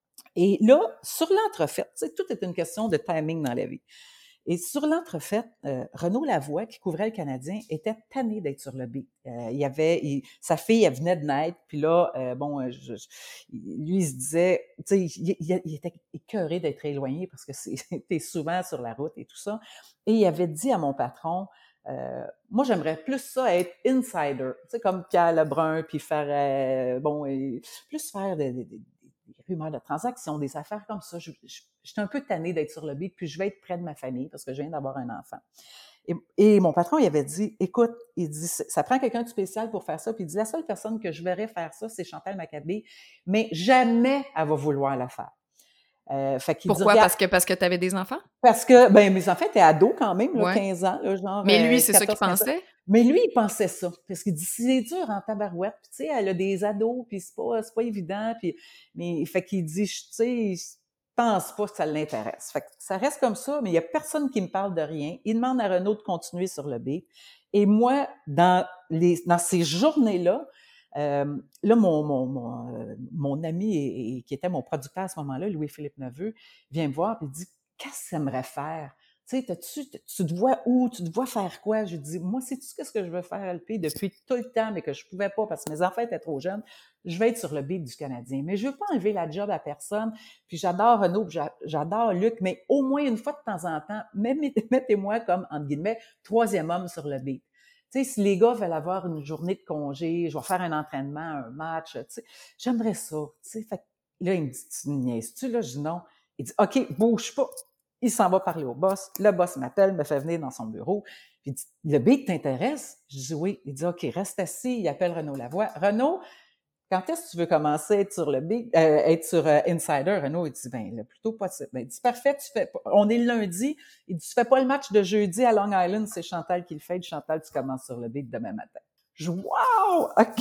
Et là, sur l'entrefaite, tu sais, tout est une question de timing dans la vie. Et sur l'entrefaite, euh, Renaud Lavoie, qui couvrait le Canadien, était tanné d'être sur le beat. Euh, il y avait, il, sa fille, elle venait de naître, puis là, euh, bon, je, je, lui, il se disait, tu sais, il, il, il était écœuré d'être éloigné parce que c'était souvent sur la route et tout ça. Et il avait dit à mon patron, Euh, moi, j'aimerais plus ça être insider, tu sais, comme Pierre Lebrun, puis faire, euh, bon, et plus faire des, des, des, des rumeurs de transactions, des affaires comme ça. Je, je, j'étais un peu tannée d'être sur le beat, puis je vais être près de ma famille parce que je viens d'avoir un enfant. Et, et mon patron, il avait dit, écoute, il dit, ça prend quelqu'un de spécial pour faire ça, puis il dit, la seule personne que je verrais faire ça, c'est Chantal Machabée, mais jamais elle va vouloir le faire. Euh, fait qu'il Pourquoi? Dit, parce que parce que tu avais des enfants? Parce que, ben mes enfants étaient ados quand même, là, ouais. quinze ans, là, genre. Mais lui, c'est quatorze, ça qu'il pensait? Mais lui, il pensait ça. Parce qu'il dit, c'est dur en tabarouette. Puis, tu sais, elle a des ados, puis c'est pas, c'est pas évident. Puis, mais, fait qu'il dit, tu sais, je pense pas que ça l'intéresse. Fait que ça reste comme ça, mais il y a personne qui me parle de rien. Il demande à Renaud de continuer sur le beat. Et moi, dans les, dans ces journées-là, Euh, là, mon, mon, mon, euh, mon ami et, et, qui était mon producteur à ce moment-là, Louis-Philippe Neveu, vient me voir et dit « Qu'est-ce que tu aimerais faire? Tu sais, t'as-tu, tu te vois où? Tu te vois faire quoi? » Je dis « Moi, sais-tu ce que je veux faire, L P, depuis tout le temps, mais que je pouvais pas parce que mes enfants étaient trop jeunes? Je vais être sur le beat du Canadien. Mais je veux pas enlever la job à personne. Puis j'adore Renaud, puis j'adore Luc, mais au moins une fois de temps en temps, mettez-moi comme, entre guillemets, troisième homme sur le beat. » Tu sais, si les gars veulent avoir une journée de congé, je vais faire un entraînement, un match, tu sais, j'aimerais ça, tu sais. Fait que là, il me dit, tu niaises-tu, là? Je dis non. Il dit, OK, bouge pas. Il s'en va parler au boss. Le boss m'appelle, me fait venir dans son bureau. Puis il dit, le beat t'intéresse? Je dis oui. Il dit, OK, reste assis. Il appelle Renaud Lavoie. Renaud, quand est-ce que tu veux commencer à être sur le beat, euh, être sur euh, Insider? Renaud, il dit, ben, le plus tôt possible. Ben, il dit, parfait, tu fais, on est le lundi. Il dit, tu fais pas le match de jeudi à Long Island, c'est Chantal qui le fait. Chantal, tu commences sur le beat demain matin. Je dis, wow! OK!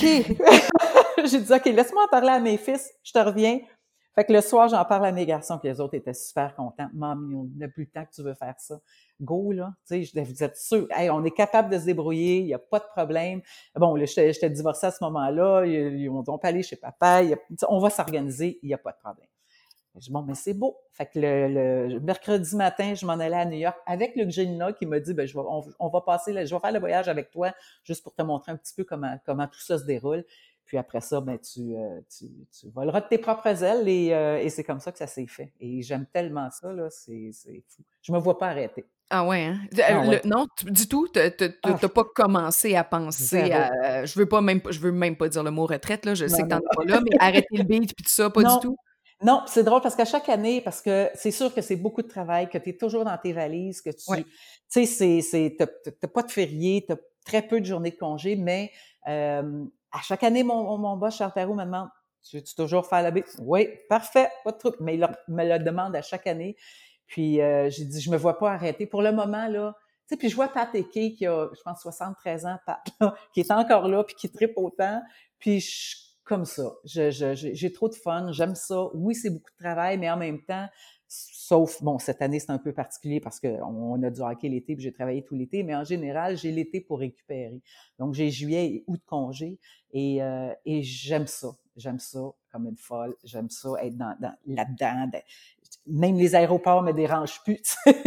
J'ai dit, OK, laisse-moi en parler à mes fils, je te reviens. Fait que le soir, j'en parle à mes garçons, puis les autres étaient super contents. Maman, on n'a plus le temps que tu veux faire ça. Go, là. Tu sais, vous êtes sûrs. Hey, on est capable de se débrouiller, il n'y a pas de problème. Bon, là, j'étais, j'étais divorcée à ce moment-là, ils, ils, on peut aller chez papa, il y a, on va s'organiser, il n'y a pas de problème. Je dis, bon, mais c'est beau. Fait que le, le mercredi matin, je m'en allais à New York avec Luc Gélina qui m'a dit, ben, je vais, on, on va passer, le, je vais faire le voyage avec toi juste pour te montrer un petit peu comment, comment tout ça se déroule. Puis après ça, ben, tu, euh, tu, tu voleras de tes propres ailes et, euh, et c'est comme ça que ça s'est fait. Et j'aime tellement ça, là, c'est, c'est fou. Je me vois pas arrêter. Ah ouais, hein? Ah Le, ouais. non, tu- du tout, t'as t'as- t'as- Ah, t'as pas commencé à penser zéro. à... Je veux pas même, je veux même pas dire le mot retraite, là, je sais Non, que t'en non, es pas là, mais arrêter le beat puis tout ça, pas du non. tout? Non, c'est drôle parce qu'à chaque année, parce que c'est sûr que c'est beaucoup de travail, que tu es toujours dans tes valises, que Ouais. tu, tu sais, c'est, c'est, t'as, t'as pas de férié, t'as très peu de journées de congé, mais euh, à chaque année, mon, mon boss, Charles Perrault, me demande, tu veux-tu toujours faire la baie? Oui, parfait, pas de trouble. Mais il leur- me le demande à chaque année. Puis euh, j'ai dit, je me vois pas arrêter. Pour le moment, là, tu sais, puis je vois Pat Eke qui a, je pense, soixante-treize ans, Pat, là, qui est encore là, puis qui tripe autant. Puis je comme ça. Je, je, j'ai trop de fun, j'aime ça. Oui, c'est beaucoup de travail, mais en même temps, sauf, bon, cette année, c'est un peu particulier parce qu'on a du hockey l'été puis j'ai travaillé tout l'été, mais en général, j'ai l'été pour récupérer. Donc, j'ai juillet et août de congé et, euh, et j'aime ça. J'aime ça comme une folle. J'aime ça être dans, dans, là-dedans. Même les aéroports me dérangent plus.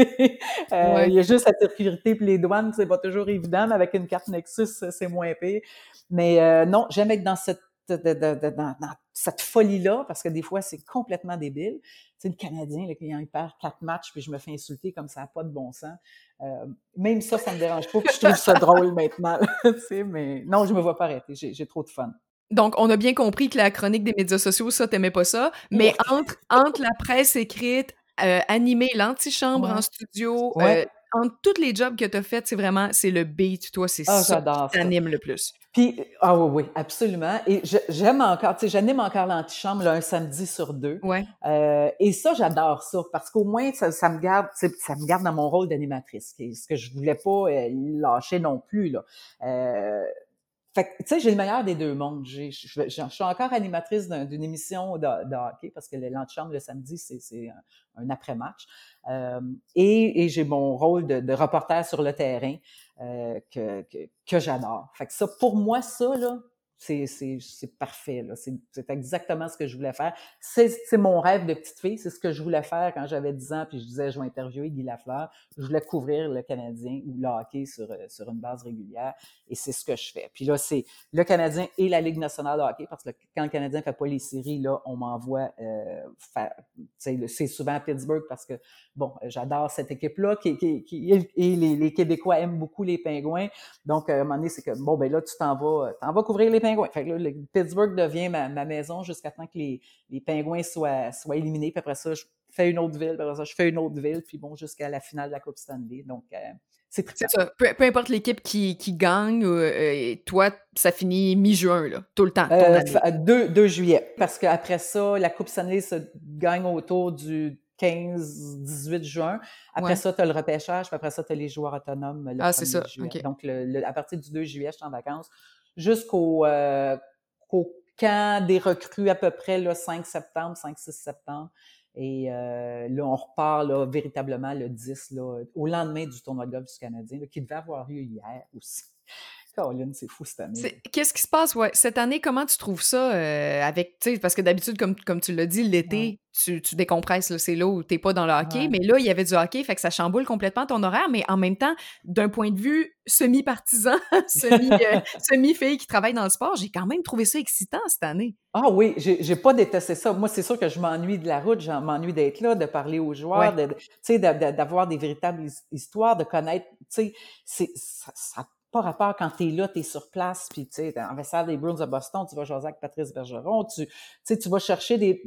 euh, Ouais. il y a juste la sécurité puis les douanes, c'est pas toujours évident, mais avec une carte Nexus, c'est moins pire. Mais euh, non, j'aime être dans cette De, de, de, dans, dans cette folie-là, parce que des fois, c'est complètement débile. Tu sais, le Canadien, là, quand il perd quatre matchs, puis je me fais insulter comme ça n'a pas de bon sens. Euh, même ça, ça me dérange pas, puis je trouve ça drôle maintenant. Tu sais, mais non, je me vois pas arrêter. J'ai, j'ai trop de fun. Donc, on a bien compris que la chronique des médias sociaux, ça, t'aimais pas ça, mais entre, entre la presse écrite, euh, animer l'antichambre Ouais. en studio, Ouais. euh, entre tous les jobs que t'as fait, c'est vraiment, c'est le beat, toi, c'est Ah, ça qui j'adore ça. t'anime le plus. Puis, ah oui, oui, absolument. Et je, j'aime encore, tu sais, j'anime encore l'antichambre là, un samedi sur deux. Ouais. Euh, et ça, j'adore ça parce qu'au moins, ça, ça me garde, ça me garde dans mon rôle d'animatrice, ce que je voulais pas euh, lâcher non plus là. Euh, Fait que, tu sais, j'ai le meilleur des deux mondes. J'ai, je, je, je suis encore animatrice d'un, d'une émission de, de hockey parce que l'antichambre le samedi, c'est, c'est un, un après-match. Euh, et, et j'ai mon rôle de, de reporter sur le terrain euh, que, que, que j'adore. Fait que ça, pour moi, ça, là, c'est, c'est, c'est parfait. Là. C'est, c'est exactement ce que je voulais faire. C'est, c'est mon rêve de petite fille. C'est ce que je voulais faire quand j'avais dix ans puis je disais, je vais interviewer Guy Lafleur. Je voulais couvrir le Canadien ou le hockey sur, sur une base régulière. Et c'est ce que je fais. Puis là, c'est le Canadien et la Ligue nationale de hockey, parce que quand le Canadien ne fait pas les séries, là, on m'envoie euh, faire. C'est souvent à Pittsburgh parce que, bon, j'adore cette équipe-là, qui, qui, qui, et les, les Québécois aiment beaucoup les Pingouins. Donc, à un moment donné, c'est que, bon, ben là, tu t'en vas, t'en vas couvrir les Pingouins. Fait que là, le Pittsburgh devient ma, ma maison jusqu'à temps que les, les Pingouins soient, soient éliminés. Puis après ça, je fais une autre ville. Puis après ça, je fais une autre ville. Puis bon, jusqu'à la finale de la Coupe Stanley. Donc, euh, c'est trippant. C'est ça. Peu, peu importe l'équipe qui, qui gagne, euh, toi, ça finit mi-juin, là, tout le temps, ton Euh, année. deux juillet. Parce qu'après ça, la Coupe Stanley se gagne autour du quinze dix-huit juin. Après Ouais. ça, tu as le repêchage, puis après ça, tu as les joueurs autonomes le Ah, c'est ça. premier juillet. OK. Donc, le, le, à partir du deux juillet, je suis en vacances jusqu'au euh, qu'au camp des recrues à peu près le cinq septembre, cinq six septembre. Et euh, là, on repart là, véritablement le dix, là, au lendemain du tournoi de golf du Canadien, là, qui devait avoir lieu hier aussi. Caroline, c'est fou cette année. C'est, qu'est-ce qui se passe, ouais, cette année, comment tu trouves ça euh, avec, tu sais, parce que d'habitude, comme, comme tu l'as dit, l'été, Ouais. tu, tu décompresses, là, c'est là où t'es pas dans le hockey, Ouais. mais là, il y avait du hockey, fait que ça chamboule complètement ton horaire, mais en même temps, d'un point de vue semi-partisan, semi, euh, semi-fille qui travaille dans le sport, j'ai quand même trouvé ça excitant cette année. Ah oui, j'ai, j'ai pas détesté ça. Moi, c'est sûr que je m'ennuie de la route, je m'ennuie d'être là, de parler aux joueurs, Ouais. de, tu sais, de, de, d'avoir des véritables histoires, de connaître, tu sais, c'est, ça, ça pas rapport quand t'es là, t'es sur place, puis tu sais, en vestiaire des Bruins de Boston, tu vas jaser avec Patrice Bergeron, tu, tu sais, tu vas chercher des,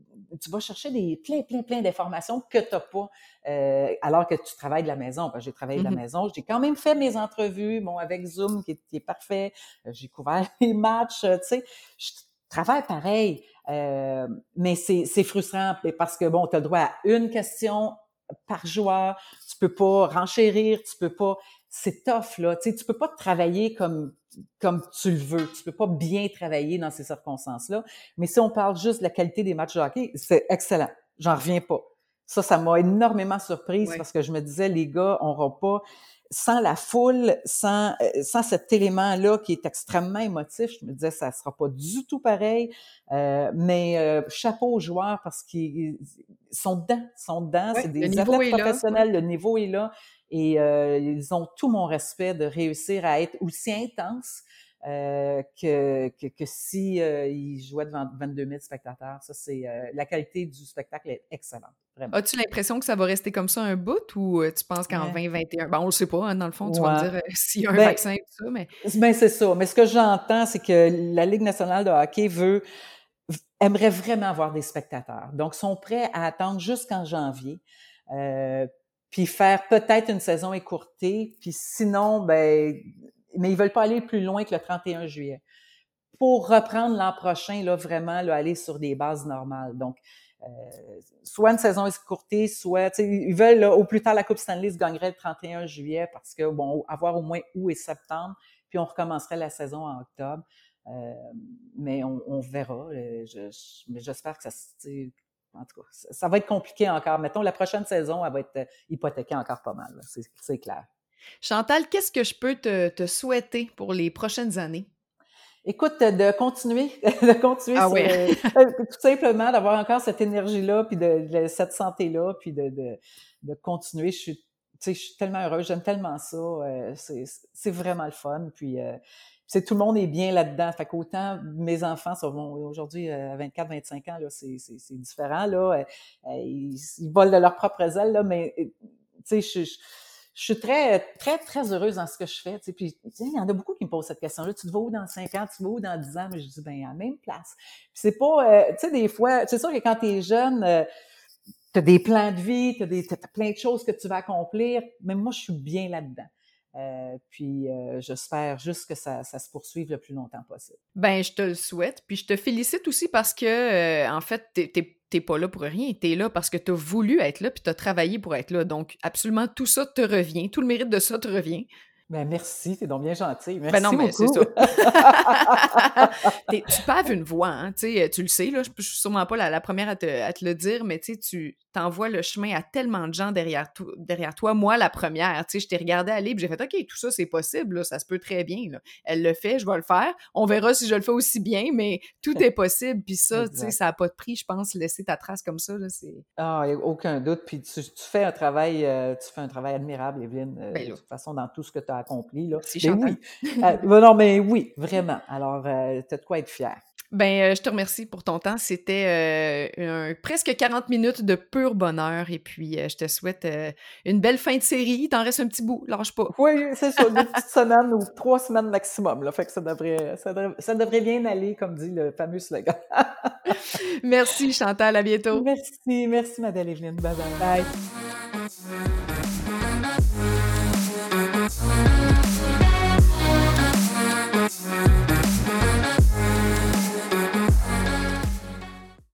tu vas chercher des plein, plein, plein d'informations que t'as pas, euh, alors que tu travailles de la maison. Ben, j'ai travaillé de la Mhm. maison, j'ai quand même fait mes entrevues, bon, avec Zoom qui est, qui est parfait, j'ai couvert les matchs, tu sais, je travaille pareil, euh, mais c'est, c'est frustrant parce que bon, t'as le droit à une question par joueur, tu peux pas renchérir, tu peux pas, c'est tough, là. Tu sais, tu peux pas travailler comme, comme tu le veux. Tu peux pas bien travailler dans ces circonstances-là. Mais si on parle juste de la qualité des matchs de hockey, c'est excellent. J'en reviens pas. Ça, ça m'a énormément surprise Ouais. parce que je me disais, les gars n'auront pas, sans la foule, sans, euh, sans cet élément-là qui est extrêmement émotif, je me disais, ça sera pas du tout pareil. Euh, mais euh, chapeau aux joueurs parce qu'ils sont dedans, ils sont dedans. Ouais, C'est le des niveau athlètes est là. professionnels, le niveau est là. Et euh, ils ont tout mon respect de réussir à être aussi intenses euh, que, que, que si euh, ils jouaient devant vingt-deux mille spectateurs. Ça, c'est euh, la qualité du spectacle est excellente, vraiment. As-tu l'impression que ça va rester comme ça un bout ou euh, tu penses qu'en Ouais. vingt vingt et un, ben on le sait pas, hein, dans le fond, tu vas me Ouais. dire euh, s'il y a un Ben, vaccin et tout ça, mais ben c'est ça. Mais ce que j'entends, c'est que la Ligue nationale de hockey veut aimerait vraiment avoir des spectateurs. Donc, sont prêts à attendre jusqu'en janvier, euh, puis faire peut-être une saison écourtée, puis sinon, ben, mais ils veulent pas aller plus loin que le trente et un juillet. Pour reprendre l'an prochain, là, vraiment, là, aller sur des bases normales. Donc, euh, soit une saison écourtée, soit, tu sais, ils veulent, là, au plus tard, la Coupe Stanley se gagnerait le trente et un juillet parce que, bon, avoir au moins août et septembre, puis on recommencerait la saison en octobre. Euh, mais on, on verra. Je, je, mais j'espère que ça, en tout cas, ça, ça va être compliqué encore. Mettons, la prochaine saison, elle va être hypothéquée encore pas mal. C'est, c'est clair. Chantal, qu'est-ce que je peux te, te souhaiter pour les prochaines années? Écoute, de continuer, de continuer Ah sur, ouais. euh, tout simplement d'avoir encore cette énergie-là, puis de, de cette santé-là, puis de, de, de continuer. Je suis, tu sais, je suis tellement heureuse, j'aime tellement ça. Euh, c'est, c'est vraiment le fun. Puis, euh, c'est tout le monde est bien là-dedans. Fait qu'autant mes enfants sont aujourd'hui à vingt-quatre vingt-cinq ans, là, c'est, c'est, c'est différent. Là, euh, ils, ils volent de leurs propres ailes, là, mais tu sais, je, je Je suis très, très, très heureuse dans ce que je fais. Tu sais. Puis, tu sais, il y en a beaucoup qui me posent cette question-là. Tu te vas où dans cinq ans? Tu te vas où dans dix ans? Mais je dis, ben, à la même place. Puis c'est pas, euh, tu sais, des fois, c'est sûr que quand t'es jeune, euh, t'as des plans de vie, t'as des, t'as plein de choses que tu vas accomplir. Mais moi, je suis bien là-dedans. Euh, puis, euh, j'espère juste que ça, ça se poursuive le plus longtemps possible. Ben, je te le souhaite. Puis je te félicite aussi parce que, euh, en fait, t'es, t'es T'es pas là pour rien, t'es là parce que t'as voulu être là puis t'as travaillé pour être là. Donc, absolument, tout ça te revient. Tout le mérite de ça te revient. Ben merci, t'es donc bien gentil. Merci ben non, mais beaucoup. C'est ça. Tu paves une voie, hein, tu le sais, là, je, je suis sûrement pas la, la première à te, à te le dire, mais tu t'envoies le chemin à tellement de gens derrière, to- derrière toi. Moi, la première, je t'ai regardé aller et j'ai fait « OK, tout ça, c'est possible, là, ça se peut très bien. Là. Elle le fait, je vais le faire. On verra si je le fais aussi bien, mais tout est possible. » Puis ça, ça n'a pas de prix, je pense, laisser ta trace comme ça. Là, c'est... Ah, il n'y a aucun doute. Puis tu, tu fais un travail, euh, tu fais un travail admirable, Evelyne, euh, ben de toute façon, dans tout ce que tu as accompli. Là. Merci, Mais Chantal. oui. euh, non, mais oui, vraiment. Alors, euh, tu as de quoi être fière. Ben, euh, je te remercie pour ton temps. C'était euh, un, presque quarante minutes de pur bonheur. Et puis, euh, je te souhaite euh, une belle fin de série. Il t'en reste un petit bout. Lâche pas. Oui, c'est ça. Deux petites semaines ou trois semaines maximum. Là. Fait que ça devrait, ça, devrait, ça devrait bien aller, comme dit le fameux slogan. Merci, Chantal. À bientôt. Merci. Merci, ma belle Evelyne. Bye bye. Bye.